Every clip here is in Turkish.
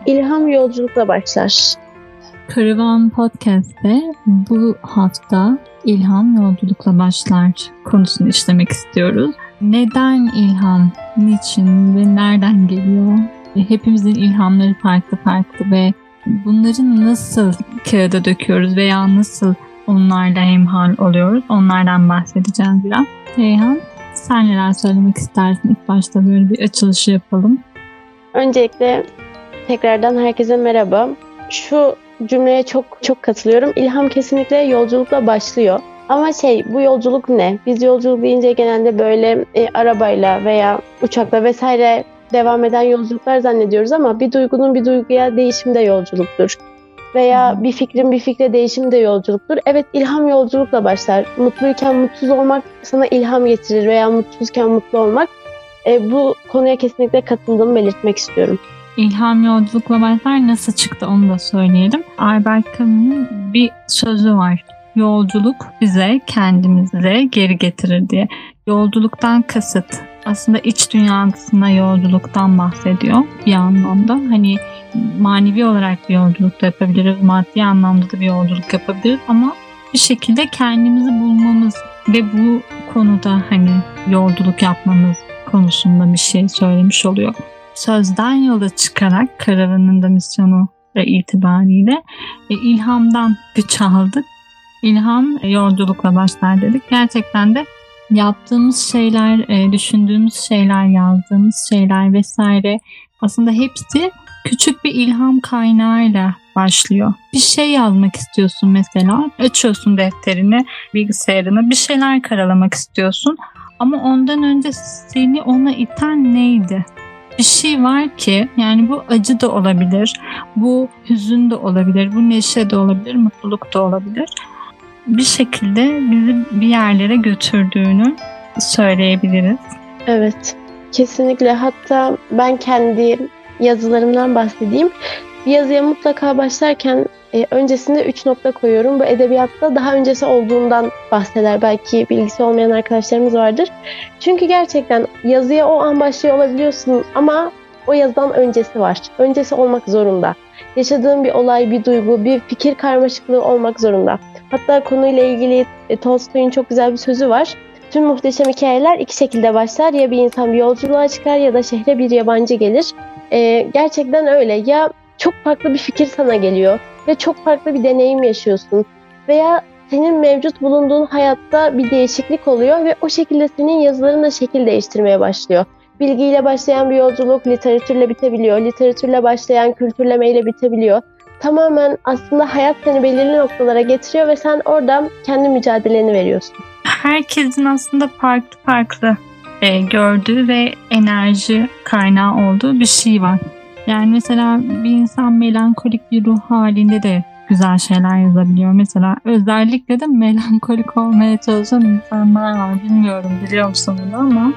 İlham yolculukla başlar. Karavan Podcast'te bu hafta ilham yolculukla başlar konusunu işlemek istiyoruz. Neden ilham, niçin ve nereden geliyor? Hepimizin ilhamları farklı ve bunları nasıl kağıda döküyoruz veya nasıl onlarla hemhal oluyoruz? Onlardan bahsedeceğiz biraz. Reyhan, sen neler söylemek istersin? İlk başta böyle bir açılışı yapalım. Öncelikle tekrardan herkese merhaba. Şu cümleye çok katılıyorum. İlham kesinlikle yolculukla başlıyor. Ama bu yolculuk ne? Biz yolculuk deyince genelde böyle arabayla veya uçakla vesaire devam eden yolculuklar zannediyoruz ama bir duygunun bir duyguya değişimi de yolculuktur. Veya bir fikrin bir fikre değişimi de yolculuktur. Evet, ilham yolculukla başlar. Mutluyken mutsuz olmak sana ilham getirir veya mutsuzken mutlu olmak. Bu konuya kesinlikle katıldığımı belirtmek istiyorum. İlham yolculukla başlar nasıl çıktı onu da söyleyelim. Albert Camus'un bir sözü var. Yolculuk bize kendimize geri getirir diye. Yolculuktan kasıt aslında iç dünyasına yolculuktan bahsediyor bir anlamda. Hani manevi olarak bir yolculuk da yapabiliriz, maddi anlamda da bir yolculuk yapabiliriz ama bir şekilde kendimizi bulmamız ve bu konuda hani yolculuk yapmamız konusunda bir şey söylemiş oluyor. Sözden yola çıkarak karavanın da misyonu itibariyle ilhamdan güç aldık. İlham yolculukla başlar dedik. Gerçekten de yaptığımız şeyler, düşündüğümüz şeyler, yazdığımız şeyler vesaire aslında hepsi küçük bir ilham kaynağıyla başlıyor. Bir şey yazmak istiyorsun mesela. Açıyorsun defterini, bilgisayarını, bir şeyler karalamak istiyorsun. Ama ondan önce seni ona iten neydi? Bir şey var ki yani bu acı da olabilir, bu hüzün de olabilir, bu neşe de olabilir, mutluluk da olabilir. Bir şekilde bizi bir yerlere götürdüğünü söyleyebiliriz. Evet, kesinlikle. Hatta ben kendi yazılarımdan bahsedeyim. Bir yazıya mutlaka başlarken öncesinde 3 nokta koyuyorum. Bu edebiyatta daha öncesi olduğundan bahseder. Belki bilgisi olmayan arkadaşlarımız vardır. Çünkü gerçekten yazıya o an başlıyor olabiliyorsun ama o yazıdan öncesi var. Öncesi olmak zorunda. Yaşadığın bir olay, bir duygu, bir fikir karmaşıklığı olmak zorunda. Hatta konuyla ilgili Tolstoy'un çok güzel bir sözü var. Tüm muhteşem hikayeler iki şekilde başlar. Ya bir insan bir yolculuğa çıkar ya da şehre bir yabancı gelir. Gerçekten öyle. Ya çok farklı bir fikir sana geliyor ya çok farklı bir deneyim yaşıyorsun veya senin mevcut bulunduğun hayatta bir değişiklik oluyor ve o şekilde senin yazıların da şekil değiştirmeye başlıyor. Bilgiyle başlayan bir yolculuk literatürle bitebiliyor. Literatürle başlayan kültürlemeyle bitebiliyor. Tamamen aslında hayat seni belirli noktalara getiriyor ve sen orada kendi mücadeleni veriyorsun. Herkesin aslında farklı gördüğü ve enerji kaynağı olduğu bir şey var. Yani mesela bir insan melankolik bir ruh halinde de güzel şeyler yazabiliyor. Mesela özellikle de melankolik olmaya çalışan insanlar var. Bilmiyorum biliyor musun bunu ama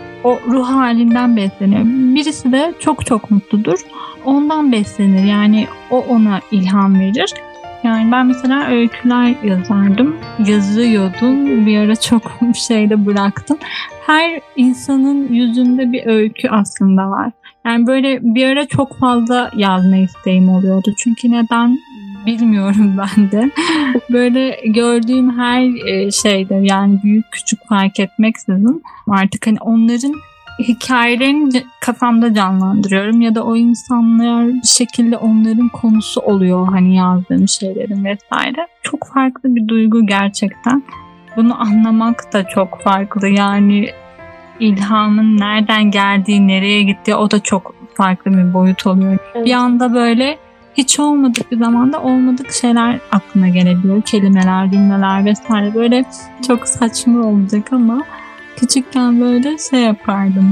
o ruh halinden besleniyor. Birisi de çok mutludur. Ondan beslenir. Yani o ona ilham verir. Yani ben mesela öyküler yazardım. Yazıyordum. Bir ara çok şeyde bıraktım. Her insanın yüzünde bir öykü aslında var. Yani böyle bir ara çok fazla yazma isteğim oluyordu. Çünkü neden bilmiyorum ben de. Böyle gördüğüm her şeyde yani büyük küçük fark etmeksizin artık hani onların hikayelerini kafamda canlandırıyorum ya da o insanlar bir şekilde onların konusu oluyor hani yazdığım şeylerin vesaire. Çok farklı bir duygu gerçekten. Bunu anlamak da çok farklı. Yani ilhamın nereden geldiği, nereye gittiği o da çok farklı bir boyut oluyor. Evet. Bir anda böyle hiç olmadık bir zamanda olmadık şeyler aklına gelebiliyor. Kelimeler, cümleler vesaire böyle çok saçma olacak ama küçükken böyle şey yapardım.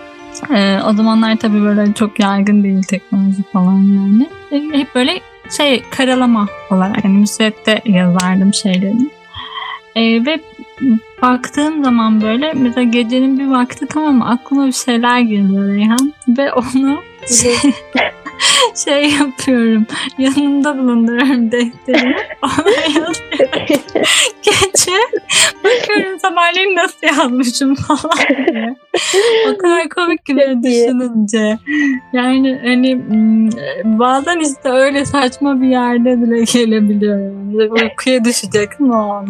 O zamanlar tabii böyle çok yaygın değil teknoloji falan yani. Hep böyle karalama olarak hani müsvedde yazardım şeylerini. Ve baktığım zaman böyle mesela gecenin bir vakti tamam mı aklıma bir şeyler geliyor Reyhan ve onu şey yapıyorum. Yanımda bulunduruyorum defterimi. Ona yazıyorum. Gece bakıyorum sabahleyin nasıl yazmışım falan diye. O kadar komik ki böyle düşününce. Yani hani bazen işte öyle saçma bir yerde bile gelebiliyor. Yani. Uykuya düşeceksin o anda.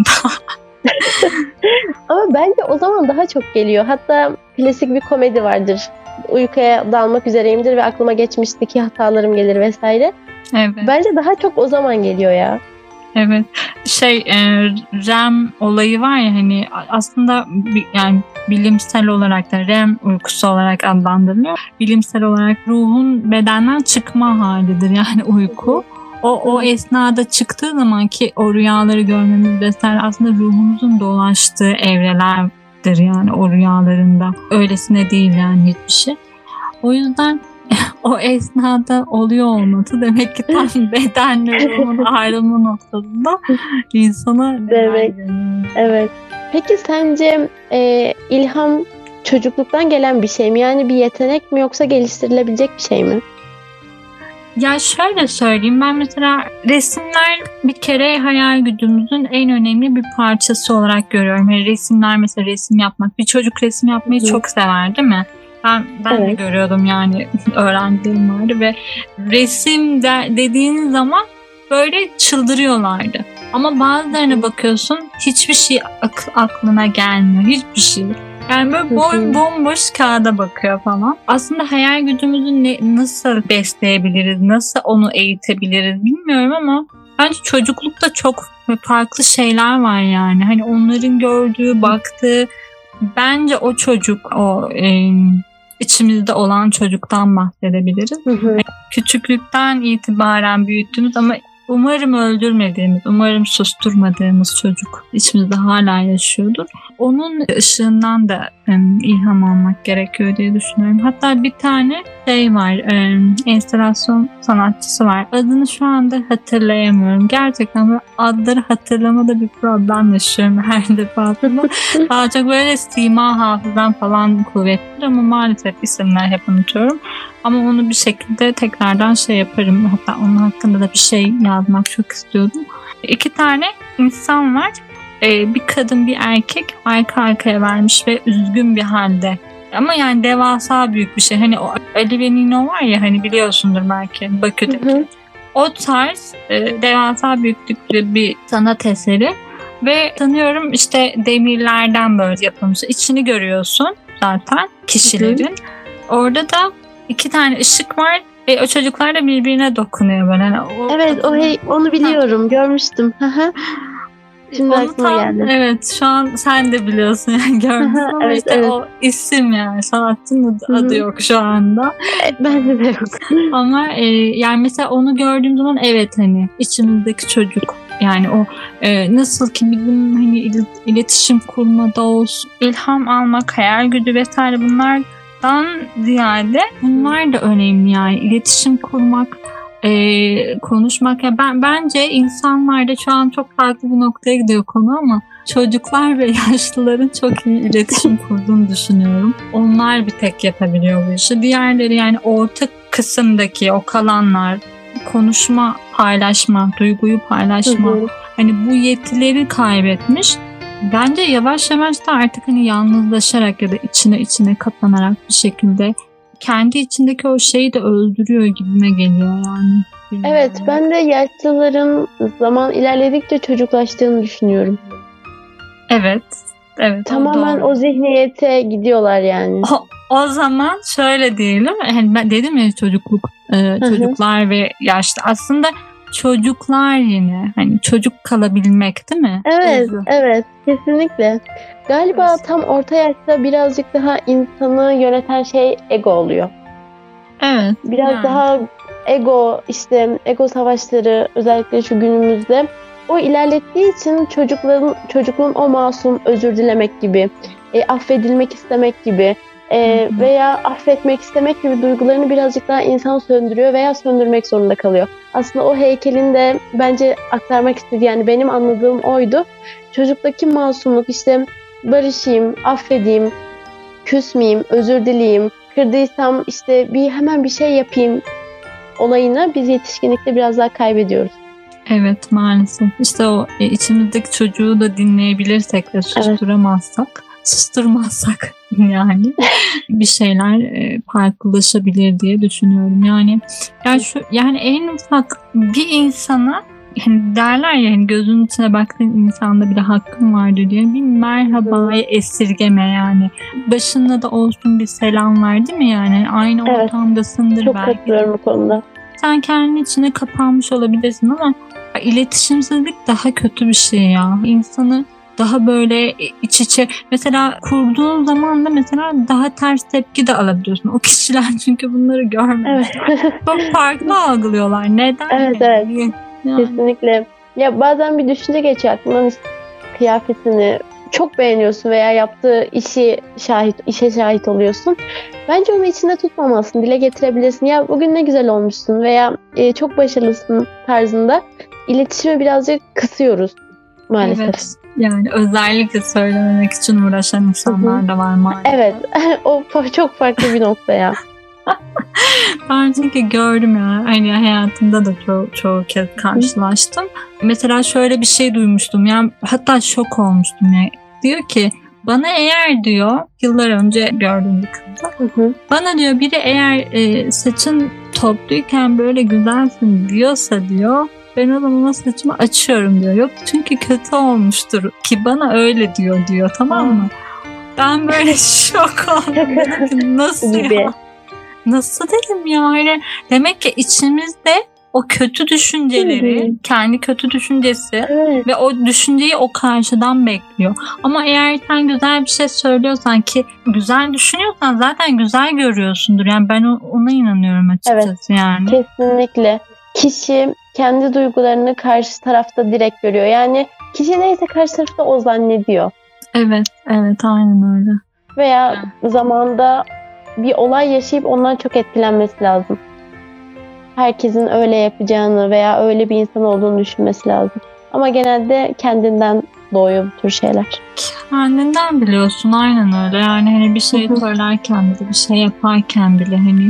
Ama bence o zaman daha çok geliyor. Hatta klasik bir komedi vardır. Uykuya dalmak üzereyimdir ve aklıma geçmişteki hatalarım gelir vesaire. Evet. Bence daha çok o zaman geliyor ya. Evet. REM olayı var ya hani aslında yani bilimsel olarak da REM uykusu olarak adlandırılıyor. Bilimsel olarak ruhun bedenden çıkma halidir yani uyku. O esnada çıktığı zaman ki o rüyaları görmemiz vesaire aslında ruhumuzun dolaştığı evrelerdir yani o rüyalarında. Öylesine değil yani hiçbir şey. O yüzden o esnada oluyor olması demek ki tam bedenle ruhun ayrılma noktasında insana demek. Evet. Peki sence ilham çocukluktan gelen bir şey mi? Yani bir yetenek mi yoksa geliştirilebilecek bir şey mi? Ya şöyle söyleyeyim, ben mesela resimler bir kere hayal gücümüzün en önemli bir parçası olarak görüyorum. Yani resimler, mesela resim yapmak, bir çocuk resim yapmayı çok sever değil mi? Ben de görüyordum yani öğrencilerim vardı ve resim dediğin zaman böyle çıldırıyorlardı. Ama bazılarına bakıyorsun hiçbir şey aklına gelmiyor, hiçbir şey. Yani böyle bomboş kağıda bakıyor falan. Aslında hayal gücümüzü nasıl besleyebiliriz, nasıl onu eğitebiliriz bilmiyorum ama bence çocuklukta çok farklı şeyler var yani. Hani onların gördüğü, baktığı, bence o çocuk, o içimizde olan çocuktan bahsedebiliriz. Yani küçüklükten itibaren büyüttüğümüz ama umarım öldürmediğimiz, umarım susturmadığımız çocuk içimizde hala yaşıyordur. Onun ışığından da ilham almak gerekiyor diye düşünüyorum. Hatta bir tane var, enstalasyon sanatçısı var. Adını şu anda hatırlayamıyorum. Gerçekten böyle adları hatırlamada bir problem yaşıyorum her defasında. Daha çok böyle sima hafızam falan kuvvetli ama maalesef isimleri hep unutuyorum. Ama onu bir şekilde tekrardan yaparım. Hatta onun hakkında da bir şey yazmak çok istiyordum. 2 tane insan var. Bir kadın bir erkek arka arkaya vermiş ve üzgün bir halde. Ama yani devasa büyük bir şey. Hani o Ali ve Nino var ya, hani biliyorsundur belki Bakü'deki. O tarz devasa büyüklükte bir sanat eseri. Ve sanıyorum işte demirlerden böyle yapılmış. İçini görüyorsun zaten kişilerin. Orada da 2 tane ışık var ve o çocuklar da birbirine dokunuyor böyle. Yani evet, onu biliyorum, görmüştüm. Şimdi aklıma geldi. Evet, şu an sen de biliyorsun yani görmüşsün ama evet, işte evet. o isim yani sanatçının adı yok şu anda. Bende de yok. Ama yani mesela onu gördüğüm zaman evet, hani içimizdeki çocuk. Yani o nasıl ki bizim hani iletişim kurmada olsun, ilham almak, hayal gücü vesaire bunlardan ziyade bunlar da önemli yani iletişim kurmak, konuşmak. Ya bence insanlarda şu an çok farklı bir noktaya gidiyor konu ama çocuklar ve yaşlıların çok iyi iletişim kurduğunu düşünüyorum. Onlar bir tek yapabiliyor bu işi. Diğerleri yani orta kısımdaki o kalanlar, konuşma, paylaşma, duyguyu paylaşma, hani bu yetileri kaybetmiş. Bence yavaş yavaş da artık hani yalnızlaşarak ya da içine kapanarak bir şekilde kendi içindeki o şeyi de öldürüyor gibime geliyor yani. Bilmiyorum. Evet, ben de yaşlıların zaman ilerledikçe çocuklaştığını düşünüyorum. Evet. Tamamen o zihniyete gidiyorlar yani. O zaman şöyle diyelim. Yani ben dedim ya çocuklar ve yaşlı. Aslında çocuklar yine hani çocuk kalabilmek değil mi? Evet, kesinlikle. Galiba tam orta yaşta birazcık daha insanı yöneten şey ego oluyor. Evet. Biraz daha ego savaşları özellikle şu günümüzde o ilerlettiği için çocukluğun o masum özür dilemek gibi, affedilmek istemek gibi veya affetmek istemek gibi duygularını birazcık daha insan söndürüyor veya söndürmek zorunda kalıyor. Aslında o heykelin de bence aktarmak istediği, yani benim anladığım oydu. Çocuktaki masumluk, işte barışayım, affedeyim, küsmeyeyim, özür dileyeyim, kırdıysam işte hemen bir şey yapayım olayını biz yetişkinlikte biraz daha kaybediyoruz. Evet, maalesef. İşte o içimizdeki çocuğu da dinleyebilirsek ve susturmazsak yani bir şeyler farklılaşabilir diye düşünüyorum. Yani en ufak bir insana, hani derler ya, hani gözünün içine baktığın insanda bile hakkın vardır diye, bir merhabayı esirgeme yani. Başında da olsun bir selam ver, değil mi yani? Aynı ortamdasındır çok belki. Çok katılıyorum bu konuda. Sen kendi içine kapanmış olabilirsin ama iletişimsizlik daha kötü bir şey ya. İnsanı daha böyle iç içe, mesela kurduğun zaman da mesela daha ters tepki de alabiliyorsun. O kişiler çünkü bunları görmemişler. Evet. Çok farklı algılıyorlar. Neden? Evet. Yani. Kesinlikle. Ya bazen bir düşünce geçiyor aklımdan, kıyafetini çok beğeniyorsun veya yaptığı işe şahit oluyorsun. Bence onu içinde tutmamalısın, dile getirebilirsin. Ya bugün ne güzel olmuşsun veya çok başarılısın tarzında iletişimi birazcık kısıyoruz maalesef. Evet. Yani özellikle söylememek için uğraşan insanlar da var maalesef. Evet. O çok farklı bir nokta ya. Ben çünkü gördüm ya. Hani hayatımda da çoğu kez karşılaştım. Mesela şöyle bir şey duymuştum. Yani hatta şok olmuştum ya. Diyor ki bana eğer diyor, yıllar önce gördüğüm bir kızda. Bana diyor biri eğer saçın topluyken böyle güzelsin diyorsa diyor, ben o zaman saçımı açıyorum diyor. Yok çünkü kötü olmuştur ki bana öyle diyor tamam mı? Ben böyle şok oldum. Nasıl ya? Nasıl dedim yani? Demek ki içimizde o kötü düşünceleri, kendi kötü düşüncesi ve o düşünceyi o karşıdan bekliyor. Ama eğer sen güzel bir şey söylüyorsan, ki güzel düşünüyorsan zaten güzel görüyorsundur. Yani ben ona inanıyorum açıkçası yani. Kesinlikle. Kişi kendi duygularını karşı tarafta direkt görüyor. Yani kişi neyse karşı tarafta o zannediyor. Evet, aynen öyle. Veya zamanda bir olay yaşayıp ondan çok etkilenmesi lazım. Herkesin öyle yapacağını veya öyle bir insan olduğunu düşünmesi lazım. Ama genelde kendinden doğuyor bu tür şeyler. Kendinden biliyorsun, aynen öyle. Yani hani bir şey söylerken bile, bir şey yaparken bile hani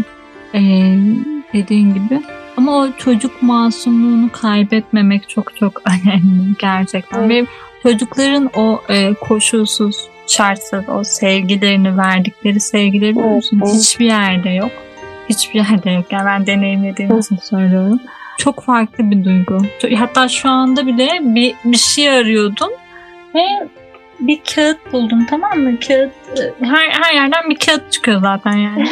dediğin gibi. Ama o çocuk masumluğunu kaybetmemek çok çok önemli gerçekten. Ve çocukların o koşulsuz, şartsız o sevgilerini, verdikleri sevgileri biliyor musun? Hiçbir yerde yok. Hiçbir yerde yok. Yani ben deneyimlediğim için söylüyorum. Çok farklı bir duygu. Hatta şu anda bile bir şey arıyordum ve bir kağıt buldum, tamam mı? Kağıt, her yerden bir kağıt çıkıyor zaten yani.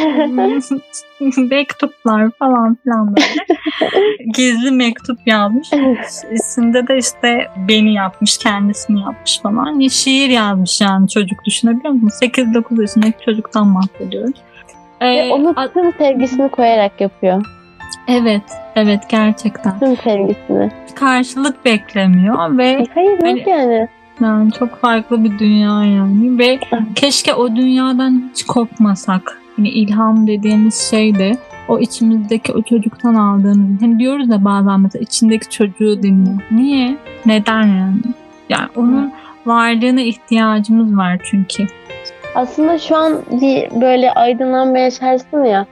Mektuplar falan filan böyle. Gizli mektup yazmış. İçinde de işte beni yapmış, kendisini yapmış falan. Şiir yazmış yani çocuk, düşünebiliyor musun? 8-9 yaşındaki çocuktan bahsediyoruz. Onu tüm sevgisini koyarak yapıyor. Evet gerçekten. Tüm sevgisini. Karşılık beklemiyor ve hayır yok yani. Yani çok farklı bir dünya yani ve keşke o dünyadan hiç kopmasak. Yani ilham dediğimiz şey de o içimizdeki o çocuktan aldığımız. Hani diyoruz da bazen mesela içindeki çocuğu dinle. Niye? Neden yani? Yani onun varlığına ihtiyacımız var çünkü. Aslında şu an bir böyle aydınlanma yaşarsın ya.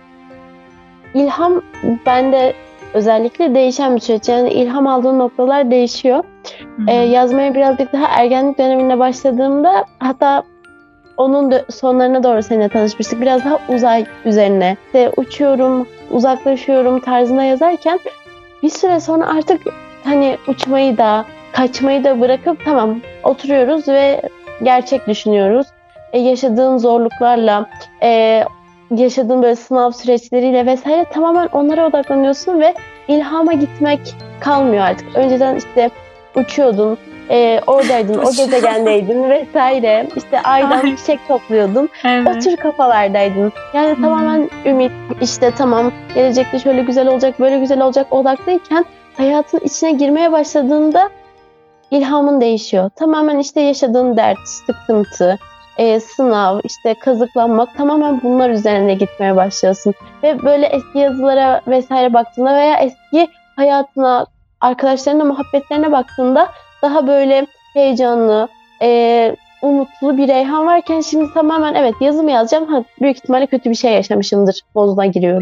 İlham bende özellikle değişen bir süreç. Yani ilham aldığım noktalar değişiyor. Yazmaya birazcık daha ergenlik döneminde başladığımda, hatta onun sonlarına doğru seninle tanışmıştık. Biraz daha uzay üzerine. İşte uçuyorum, uzaklaşıyorum tarzında yazarken bir süre sonra artık hani uçmayı da, kaçmayı da bırakıp tamam oturuyoruz ve gerçek düşünüyoruz. Yaşadığın zorluklarla, yaşadığın böyle sınav süreçleriyle vesaire tamamen onlara odaklanıyorsun ve ilhama gitmek kalmıyor artık. Önceden işte uçuyordun, oradaydın, o gezegendeydin vesaire. İşte aydan çiçek topluyordun. O tür kafalardaydın. Yani tamamen ümit, işte tamam gelecekte şöyle güzel olacak, böyle güzel olacak odaklıyken hayatın içine girmeye başladığında ilhamın değişiyor. Tamamen işte yaşadığın dert, sıkıntı, sınav, işte kazıklanmak, tamamen bunlar üzerine gitmeye başlıyorsun. Ve böyle eski yazılara vesaire baktığında veya eski hayatına, arkadaşlarına, muhabbetlerine baktığında daha böyle heyecanlı, umutlu bir Reyhan varken şimdi tamamen evet yazımı yazacağım. Büyük ihtimalle kötü bir şey yaşamışımdır moduna giriyorum.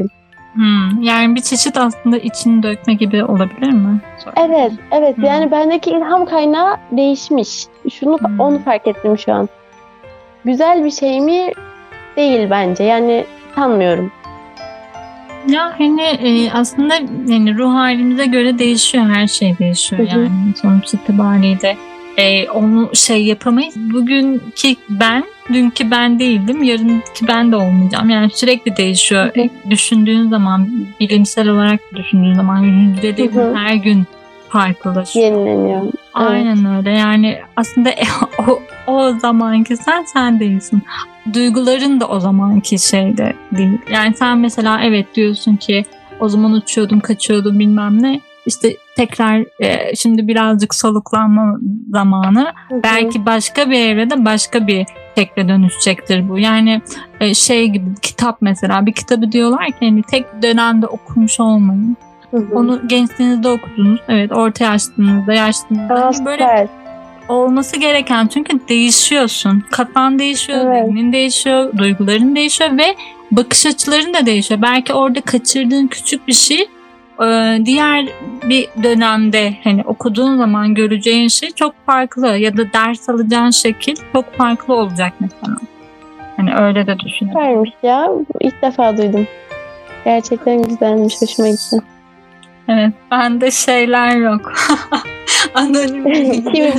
Yani bir çeşit aslında içini dökme gibi olabilir mi? Evet. Yani bendeki ilham kaynağı değişmiş. Onu fark ettim şu an. Güzel bir şey mi? Değil bence. Yani sanmıyorum. Ya hani aslında yani ruh halimize göre değişiyor, her şey değişiyor yani sonuç itibariyle onu şey yapamayız. Bugünkü ben, dünkü ben değildim, yarınki ben de olmayacağım. Yani sürekli değişiyor. Düşündüğün zaman, bilimsel olarak düşündüğün zaman hücrelerin her gün farklılaşıyor. Yenileniyor. Aynen öyle. Yani aslında o zamanki sen değilsin. Duyguların da o zamanki şeyde değil. Yani sen mesela evet diyorsun ki o zaman uçuyordum, kaçıyordum bilmem ne. İşte tekrar şimdi birazcık soluklanma zamanı. Belki başka bir evrede başka bir şekle dönüşecektir bu. Yani şey gibi kitap mesela. Bir kitabı diyorlar ki hani tek dönemde okumuş olmayın. Onu gençliğinizde okudunuz. Evet, orta yaşlılığınızda, yaşlılığınızda. Hani böyle olması gereken, çünkü değişiyorsun. Kafan değişiyor, zihnin değişiyor, duyguların değişiyor ve bakış açıların da değişiyor. Belki orada kaçırdığın küçük bir şey diğer bir dönemde hani okuduğun zaman göreceğin şey çok farklı ya da ders alacağın şekil çok farklı olacak mesela. Hani öyle de düşünüyorum. Süpermiş ya. İlk defa duydum. Gerçekten güzelmiş. Hoşuma gitti. Evet. Bende şeyler yok. Anonim bilgi.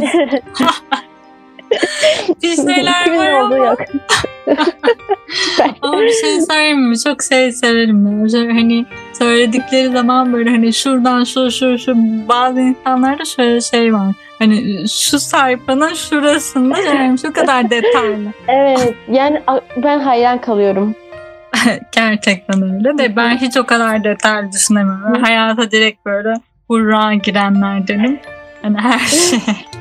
Bir şeyler var ama. Yok. Ama bir şey söyleyeyim mi? Çok severim ya. Hani söyledikleri zaman böyle hani şuradan şu bazı insanlarda şöyle şey var. Hani şu sayfanın şurasında yani şu kadar detaylı. Evet. Yani ben hayran kalıyorum. Gerçekten öyle de ben hiç o kadar detaylı düşünemiyorum. Hayata direkt böyle hurra girenlerdenim. Yani her şey.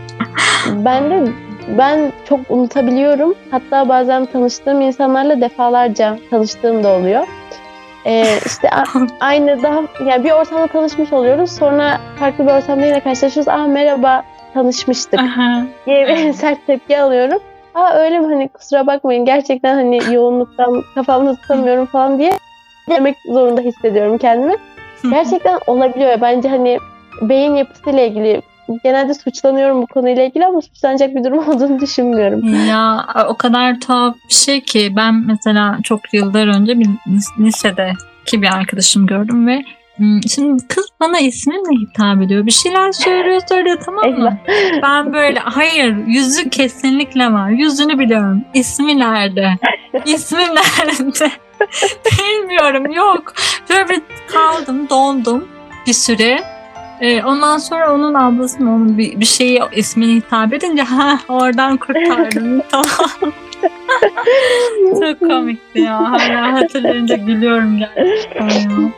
Ben çok unutabiliyorum. Hatta bazen tanıştığım insanlarla defalarca tanıştığım da oluyor. İşte aynı yani bir ortamda tanışmış oluyoruz. Sonra farklı bir ortamda yine karşılaşıyoruz. Merhaba, tanışmıştık diye bir sert tepki alıyorum. Öyle mi, hani kusura bakmayın gerçekten hani yoğunluktan kafamda tutamıyorum falan diye demek zorunda hissediyorum kendimi. Gerçekten olabiliyor. Bence hani beyin yapısıyla ilgili genelde suçlanıyorum bu konuyla ilgili ama suçlanacak bir durum olduğunu düşünmüyorum. Ya o kadar tuhaf bir şey ki ben mesela çok yıllar önce bir lisedeki bir arkadaşım gördüm ve şimdi kız bana ismimle hitap ediyor. Bir şeyler söylüyor tamam mı? Ben böyle hayır, yüzü kesinlikle var. Yüzünü biliyorum. İsmi nerede? İsmi nerede? Bilmiyorum, yok. Şöyle bir kaldım, dondum bir süre. Ondan sonra onun ablasının onun bir şeyi ismini hitap edince oradan kurtardım. Tamam. Çok komikti ya. Hala hatırlayınca gülüyorum gerçekten ya.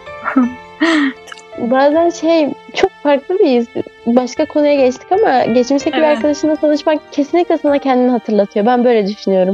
Bazen çok farklı bir başka konuya geçtik ama geçmişteki bir arkadaşınla tanışmak kesinlikle sana kendini hatırlatıyor. Ben böyle düşünüyorum.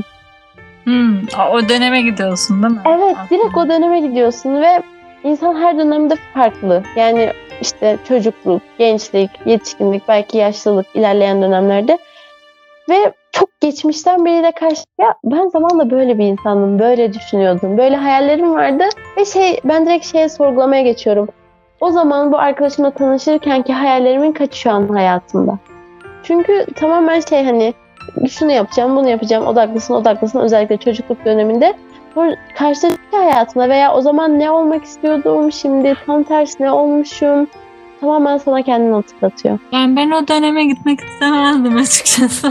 O döneme gidiyorsun değil mi? Evet, direkt o döneme gidiyorsun ve insan her dönemde farklı. Yani işte çocukluk, gençlik, yetişkinlik, belki yaşlılık ilerleyen dönemlerde ve çok geçmişten biriyle ben zamanla böyle bir insandım, böyle düşünüyordum, böyle hayallerim vardı ve ben direkt sorgulamaya geçiyorum. O zaman bu arkadaşımla tanışırkenki hayallerimin kaçı şu an hayatımda? Çünkü tamamen hani şunu yapacağım, bunu yapacağım, odaklısın özellikle çocukluk döneminde. Karşıdaki hayatımda veya o zaman ne olmak istiyordum, şimdi tam tersi ne olmuşum, tamamen sana kendini hatırlatıyor. Yani ben o döneme gitmek istemezdim açıkçası.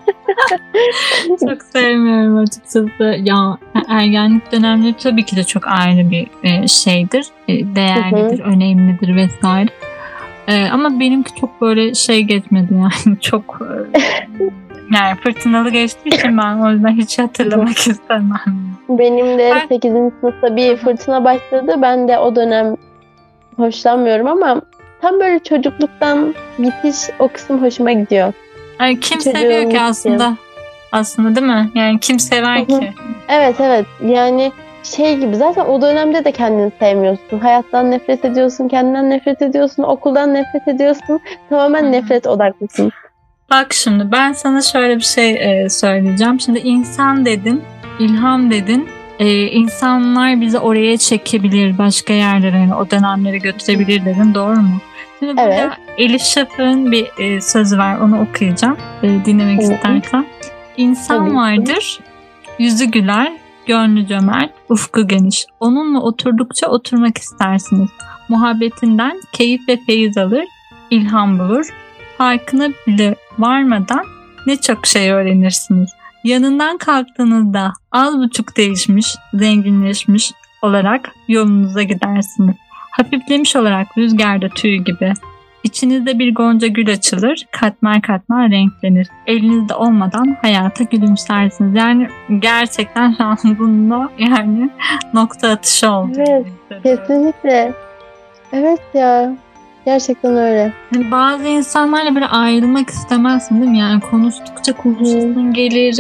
Çok sevmiyorum açıkçası. Ya ergenlik dönemleri tabii ki de çok ayrı bir şeydir. Değerlidir, önemlidir vesaire. Ama benimki çok böyle geçmedi yani. Çok yani fırtınalı geçtiği için ben o yüzden hiç hatırlamak istemem. Benim de 8. sınıfta bir fırtına başladı. Ben de o dönem hoşlanmıyorum ama tam böyle çocukluktan bitiş, o kısım hoşuma gidiyor. Yani kim seviyor ki aslında? Aslında değil mi? Yani kim sever ki? Evet. Yani gibi zaten o dönemde de kendini sevmiyorsun. Hayattan nefret ediyorsun, kendinden nefret ediyorsun, okuldan nefret ediyorsun. Tamamen nefret odaklısın. Bak şimdi ben sana şöyle bir şey söyleyeceğim. Şimdi insan dedin, ilham dedin. insanlar bizi oraya çekebilir, başka yerlere, yani o dönemlere götürebilir dedin, doğru mu? Şimdi burada Evet. Elif Şafak'ın bir sözü var, onu okuyacağım dinlemek istersen. İnsan Tabii. vardır, yüzü güler, gönlü cömert, ufku geniş. Onunla oturdukça oturmak istersiniz. Muhabbetinden keyif ve feyiz alır, ilham bulur. Farkına bile varmadan ne çok şey öğrenirsiniz. Yanından kalktığınızda az buçuk değişmiş, zenginleşmiş olarak yolunuza gidersiniz. Hafiflemiş olarak rüzgarda tüy gibi. İçinizde bir gonca gül açılır, katmer katmer renklenir. Elinizde olmadan hayata gülümsersiniz. Yani gerçekten şu an bununla yani nokta atışı oldu. Evet, kesinlikle. Evet ya. Gerçekten öyle. Yani bazı insanlarla böyle ayrılmak istemezsin değil mi? Yani konuştukça konuşasın gelir.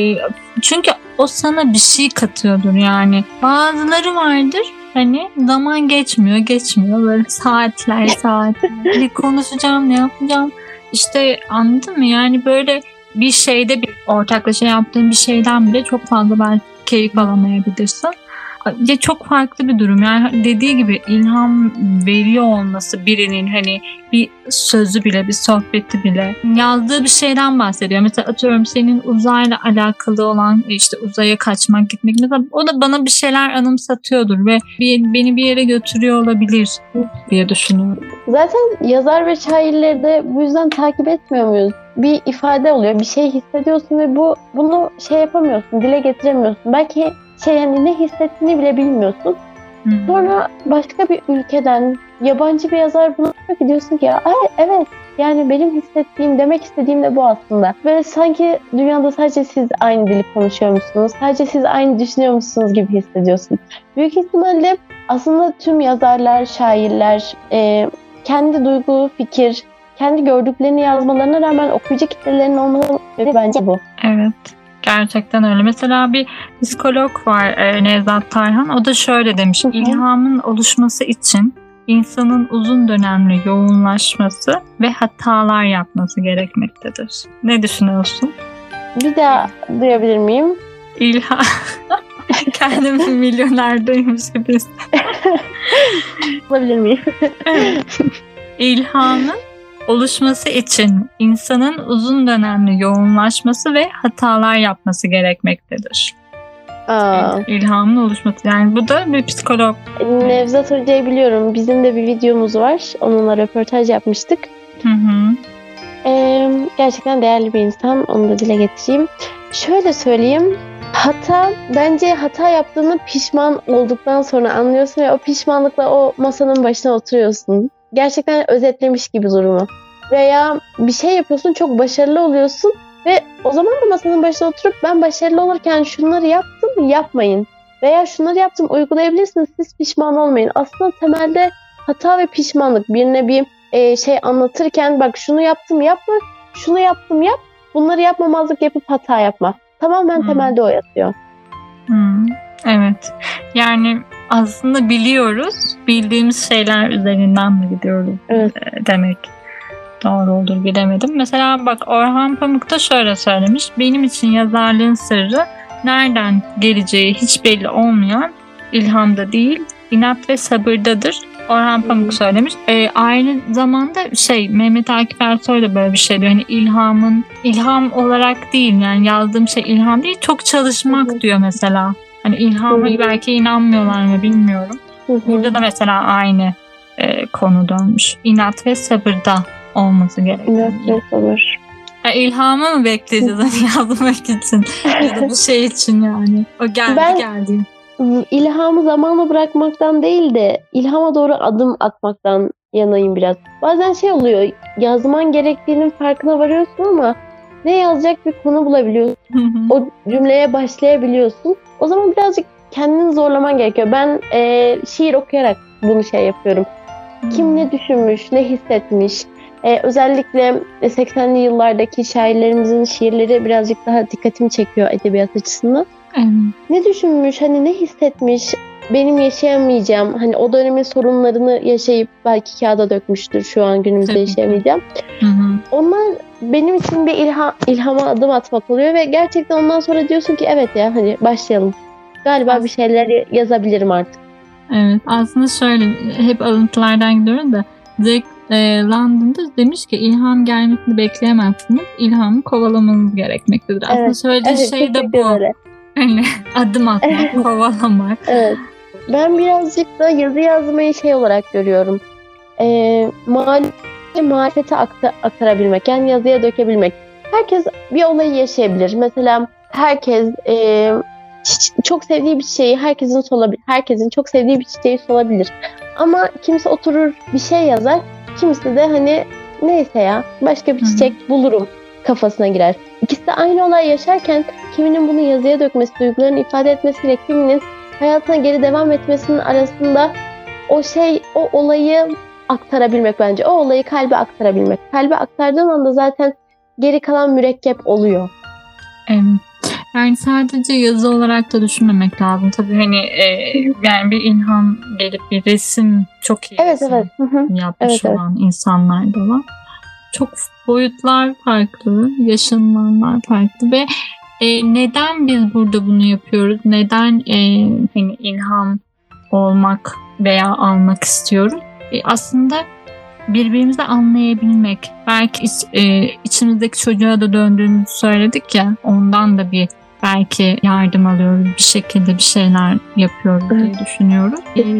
Çünkü o sana bir şey katıyordur yani. Bazıları vardır. Hani zaman geçmiyor böyle saatler bir konuşacağım, ne yapacağım, işte anladın mı, yani böyle bir şeyde bir ortaklaşa yaptığın bir şeyden bile çok fazla belki keyif alamayabilirsin. Ya çok farklı bir durum yani, dediği gibi ilham veriyor olması birinin, hani bir sözü bile, bir sohbeti bile, yazdığı bir şeyden bahsediyor. Mesela atıyorum senin uzayla alakalı olan, işte uzaya kaçmak, gitmek, mesela o da bana bir şeyler anımsatıyordur ve beni bir yere götürüyor olabilir diye düşünüyorum. Zaten yazar ve şairleri de bu yüzden takip etmiyor muyuz? Bir ifade oluyor, bir şey hissediyorsun ve bunu şey yapamıyorsun, dile getiremiyorsun. Belki yani ne hissettiğini bile bilmiyorsun. Sonra başka bir ülkeden yabancı bir yazar bunu diyorsun ki ya evet, yani benim hissettiğim, demek istediğim de bu aslında. Böyle sanki dünyada sadece siz aynı dili konuşuyormuşsunuz, sadece siz aynı düşünüyormuşsunuz gibi hissediyorsun. Büyük ihtimalle aslında tüm yazarlar, şairler kendi duygu, fikir, kendi gördüklerini yazmalarına rağmen okuyucu kitlelerinin olması bence bu. Evet. Gerçekten öyle. Mesela bir psikolog var, Nevzat Tarhan. O da şöyle demiş. İlhamın oluşması için insanın uzun dönemli yoğunlaşması ve hatalar yapması gerekmektedir. Ne düşünüyorsun? Bir daha duyabilir miyim? İlham. Kendimi milyoner'deymiş gibi. Olabilir miyim? İlhamın oluşması için insanın uzun dönemli yoğunlaşması ve hatalar yapması gerekmektedir. İlhamın oluşması. Yani bu da bir psikolog. Nevzat Hoca'yı biliyorum. Bizim de bir videomuz var. Onunla röportaj yapmıştık. Gerçekten değerli bir insan. Onu da dile getireyim. Şöyle söyleyeyim. Bence hata yaptığını pişman olduktan sonra anlıyorsun ve o pişmanlıkla o masanın başına oturuyorsun. Gerçekten özetlemiş gibi durumu. Veya bir şey yapıyorsun, çok başarılı oluyorsun ve o zaman da masanın başına oturup ben başarılı olurken şunları yaptım, yapmayın. Veya şunları yaptım, uygulayabilirsiniz, siz pişman olmayın. Aslında temelde hata ve pişmanlık, birine bir şey anlatırken bak şunu yaptım yapma, şunu yaptım yap, bunları yapmamazlık yapıp hata yapma. Tamamen temelde o yatıyor. Evet. Yani aslında biliyoruz, bildiğimiz şeyler üzerinden mi gidiyoruz demek doğru olur, bilemedim. Mesela bak, Orhan Pamuk da şöyle söylemiş. Benim için yazarlığın sırrı nereden geleceği hiç belli olmayan ilhamda değil, inat ve sabırdadır. Orhan Pamuk söylemiş. Aynı zamanda Mehmet Akif Ersoy da böyle bir şey diyor. Yani ilham olarak değil, yani yazdığım şey ilham değil, çok çalışmak diyor mesela. Hani ilhama belki inanmıyorlar mı bilmiyorum. Burada da mesela aynı konu dönmüş. İnat ve sabırda olması gerekiyor. İnat ve sabır. İlhamı mı bekleyeceğiz hani yazmak için ya da bu şey için yani. O geldi. İlhamı zamanla bırakmaktan değil de ilhama doğru adım atmaktan yanayım biraz. Bazen oluyor, yazman gerektiğinin farkına varıyorsun ama ne yazacak bir konu bulabiliyorsun. O cümleye başlayabiliyorsun. O zaman birazcık kendini zorlaman gerekiyor. Ben şiir okuyarak bunu yapıyorum. Kim ne düşünmüş, ne hissetmiş. Özellikle 80'li yıllardaki şairlerimizin şiirleri birazcık daha dikkatimi çekiyor edebiyat açısından. Ne düşünmüş, hani ne hissetmiş, benim yaşayamayacağım, hani o dönemin sorunlarını yaşayıp belki kağıda dökmüştür, şu an günümüzde yaşayamayacağım. Onlar benim için bir ilhama adım atmak oluyor ve gerçekten ondan sonra diyorsun ki evet ya, hani başlayalım. galiba bir şeyler yazabilirim artık. Evet, aslında şöyle hep alıntılardan gidiyorum da Jack London'da demiş ki ilham gelmesini bekleyemezsiniz. İlhamı kovalamanız gerekmektedir. Aslında Evet, söylediği şey de bu. öyle. Hani adım atmak, kovalamak. Evet. Ben birazcık da yazı yazmayı şey olarak görüyorum. Marifeti aktarabilmek, yani yazıya dökebilmek. Herkes bir olayı yaşayabilir. Mesela herkes çok sevdiği bir çiçeği herkesin çok sevdiği bir çiçeği solabilir. Ama kimisi oturur bir şey yazar, kimisi de hani neyse ya başka bir çiçek bulurum kafasına girer. İkisi de aynı olay yaşarken kiminin bunu yazıya dökmesi, duygularını ifade etmesiyle kiminin hayatına geri devam etmesinin arasında o olayı aktarabilmek bence. O olayı kalbe aktarabilmek. Kalbe aktardığın anda zaten geri kalan mürekkep oluyor. Evet. Yani sadece yazı olarak da düşünmemek lazım. Tabii hani yani bir ilham gelip bir resim çok iyi resim yapmış olan insanlar da var. Çok boyutlar farklı, yaşanılanlar farklı ve neden biz burada bunu yapıyoruz? Neden hani ilham olmak veya almak istiyoruz? Aslında birbirimizi anlayabilmek. Belki içimizdeki çocuğa da döndüğümüzü söyledik ya, ondan da bir belki yardım alıyoruz, bir şekilde bir şeyler yapıyoruz diye düşünüyoruz.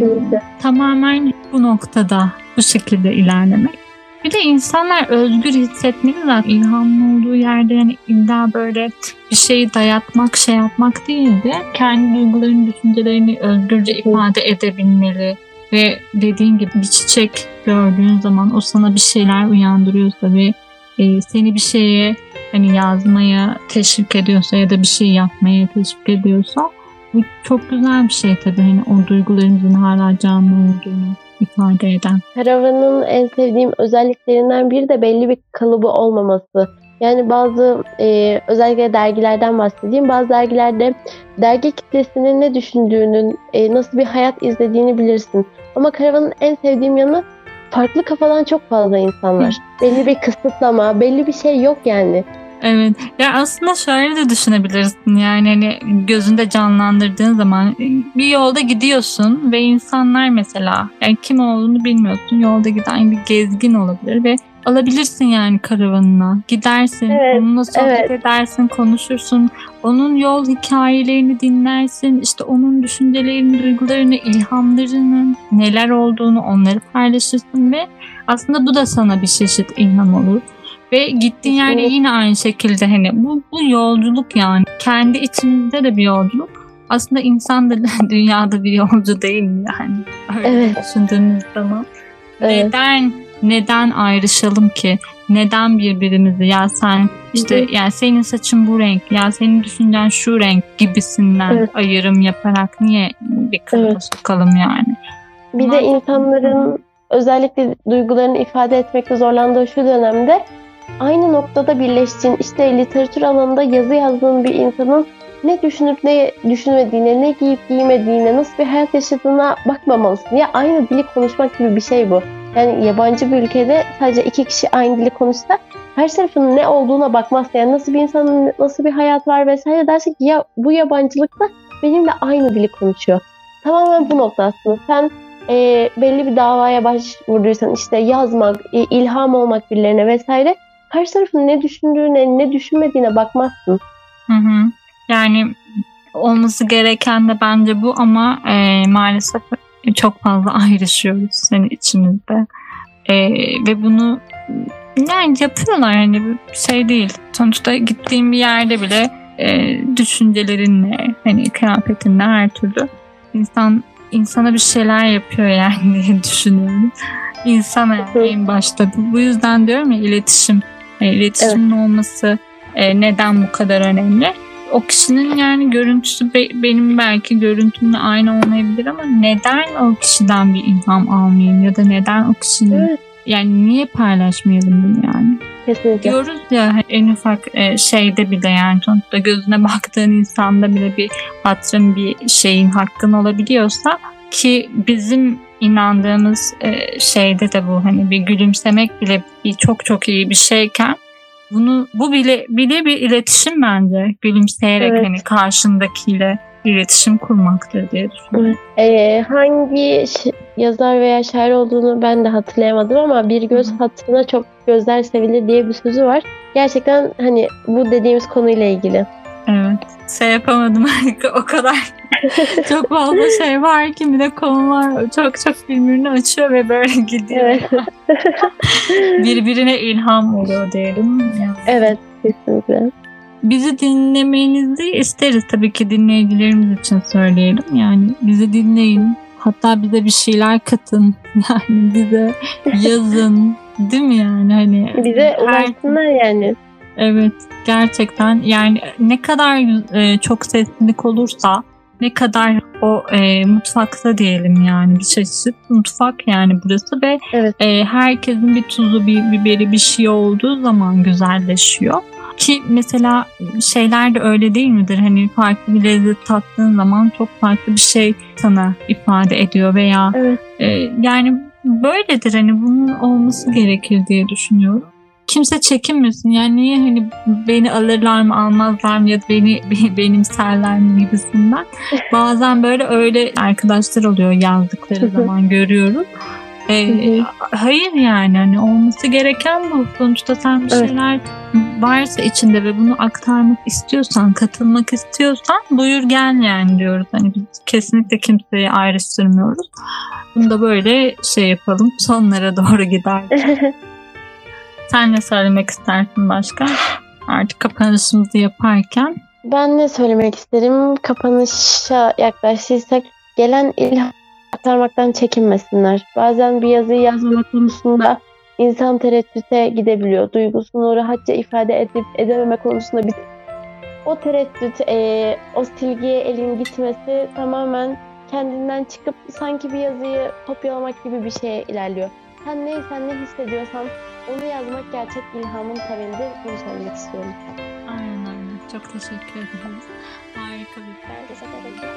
Tamamen bu noktada bu şekilde ilerlemek. Bir de insanlar özgür hissetmeli zaten. İlhamın olduğu yerde yani illa böyle bir şeyi dayatmak, şey yapmak değil de kendi duygularını, düşüncelerini özgürce ifade edebilmeli. Ve dediğin gibi bir çiçek gördüğün zaman o sana bir şeyler uyandırıyorsa ve seni bir şeye hani yazmaya teşvik ediyorsa ya da bir şey yapmaya teşvik ediyorsa bu çok güzel bir şey tabii. Hani o duygularımızın hala canlı olduğunu ifade eden. Karavanın en sevdiğim özelliklerinden biri de belli bir kalıbı olmaması. Yani bazı özellikle dergilerden bahsedeyim. Bazı dergilerde dergi kitlesinin ne düşündüğünün, nasıl bir hayat izlediğini bilirsin. Ama Karavanın en sevdiğim yanı farklı kafadan çok fazla insanlar. Belli bir kısıtlama, belli bir şey yok yani. Evet. Ya aslında şöyle de düşünebilirsin. Yani hani gözünde canlandırdığın zaman bir yolda gidiyorsun ve insanlar mesela yani kim olduğunu bilmiyorsun. Yolda giden bir gezgin olabilir ve alabilirsin yani karavanına. Gidersin, onunla sohbet edersin, konuşursun. Onun yol hikayelerini dinlersin. İşte onun düşüncelerini, duygularını, ilhamlarının neler olduğunu onları paylaşırsın ve aslında bu da sana bir çeşit ilham olur. Ve gittiğin yerde yine aynı şekilde hani bu yolculuk yani. Kendi içimizde de bir yolculuk. Aslında insan da dünyada bir yolcu değil mi yani? Öyle düşündüğümüz zaman. Neden ayrışalım ki? Neden birbirimizi ya sen işte yani senin saçın bu renk ya senin düşüncen şu renk gibisinden ayrım yaparak niye bir kılıfa sokalım yani? Bir de insanların özellikle duygularını ifade etmekte zorlandığı şu dönemde aynı noktada birleştiğin, işte literatür alanında yazı yazdığın bir insanın ne düşünüp ne düşünmediğine, ne giyip giymediğine, nasıl bir hayat yaşadığına bakmamalısın. Ya aynı dili konuşmak gibi bir şey bu. Yani yabancı bir ülkede sadece iki kişi aynı dili konuşsa karşı tarafın ne olduğuna bakmazsa, yani nasıl bir insanın nasıl bir hayat var vesaire derse ki ya bu yabancılıkta benimle aynı dili konuşuyor. Tamamen bu nokta aslında. Sen belli bir davaya başvurduysan işte yazmak, ilham olmak birilerine vesaire, karşı tarafın ne düşündüğüne, ne düşünmediğine bakmazsın. Yani olması gereken de bence bu ama maalesef çok fazla ayrışıyoruz senin içimizde. Ve bunu yani yapıyorlar yani şey değil. Sonuçta gittiğin bir yerde bile düşüncelerinle, hani kıyafetinle her türlü insana bir şeyler yapıyor yani diye düşünüyorum. İnsana yani en başta. Bu yüzden diyorum ya iletişimin olması neden bu kadar önemli? O kişinin yani görüntüsü benim belki görüntümle aynı olmayabilir ama neden o kişiden bir ilham almayayım ya da neden o kişinin yani niye paylaşmayalım bunu yani? Kesinlikle. Diyoruz ya en ufak şeyde bile yani sonuçta gözüne baktığın insanda bile bir hatırın bir şeyin hakkın olabiliyorsa ki bizim inandığımız şeyde de bu hani bir gülümsemek bile bir çok iyi bir şeyken bu bile bir iletişim bence gülümseyerek hani karşındakiyle iletişim kurmaktır diye düşünüyorum. Hangi yazar veya şair olduğunu ben de hatırlayamadım ama bir göz hatırına çok gözler sevilir diye bir sözü var. Gerçekten hani bu dediğimiz konuyla ilgili. Evet. Yapamadım. O kadar çok fazla şey var ki, bir de konular çok birbirini açıyor ve böyle gidiyor. Evet. Birbirine ilham oluyor diyelim. Yani. Evet, kesinlikle. Bizi dinlemenizi isteriz tabii ki, dinleyicilerimiz için söyleyelim. Yani bizi dinleyin. Hatta bize bir şeyler katın. Yani bize yazın. Değil mi yani? Hani bize ulaşsınlar yani. Evet, gerçekten yani ne kadar çok seslilik olursa, ne kadar o mutfakta diyelim, yani bir çeşit mutfak yani burası ve evet. Herkesin bir tuzu, bir biberi, bir şey olduğu zaman güzelleşiyor. Ki mesela şeyler de öyle değil midir? Hani farklı bir lezzet tattığın zaman çok farklı bir şey sana ifade ediyor veya evet. Yani böyledir, hani bunun olması gerekir diye düşünüyorum. Kimse çekinmesin. Yani niye hani beni alırlar mı almazlar mı ya da beni benimserler mi gibisinden. Bazen böyle öyle arkadaşlar oluyor, yazdıkları zaman görüyorum. Hayır yani hani olması gereken bu. Sonuçta sen bir şeyler varsa içinde ve bunu aktarmak istiyorsan, katılmak istiyorsan buyur gel yani diyoruz. Hani biz kesinlikle kimseyi ayrıştırmıyoruz. Bunu da böyle yapalım. Sonlara doğru gider. Sen ne söylemek istersin başka? Artık kapanışımızı yaparken. Ben ne söylemek isterim? Kapanışa yaklaştıysak gelen ilham aktarmaktan çekinmesinler. Bazen bir yazıyı yazmamak konusunda insan tereddüte gidebiliyor. Duygusunu rahatça ifade edip edememe konusunda o tereddüt, o silgiye elin gitmesi tamamen kendinden çıkıp sanki bir yazıyı kopyalamak gibi bir şeye ilerliyor. Sen neysen, ne hissediyorsan onu yazmak gerçek ilhamın temelidir. Bunu söylemek istiyorum. Aynen öyle. Çok teşekkür ederiz. Harika bir teşekkür ederim.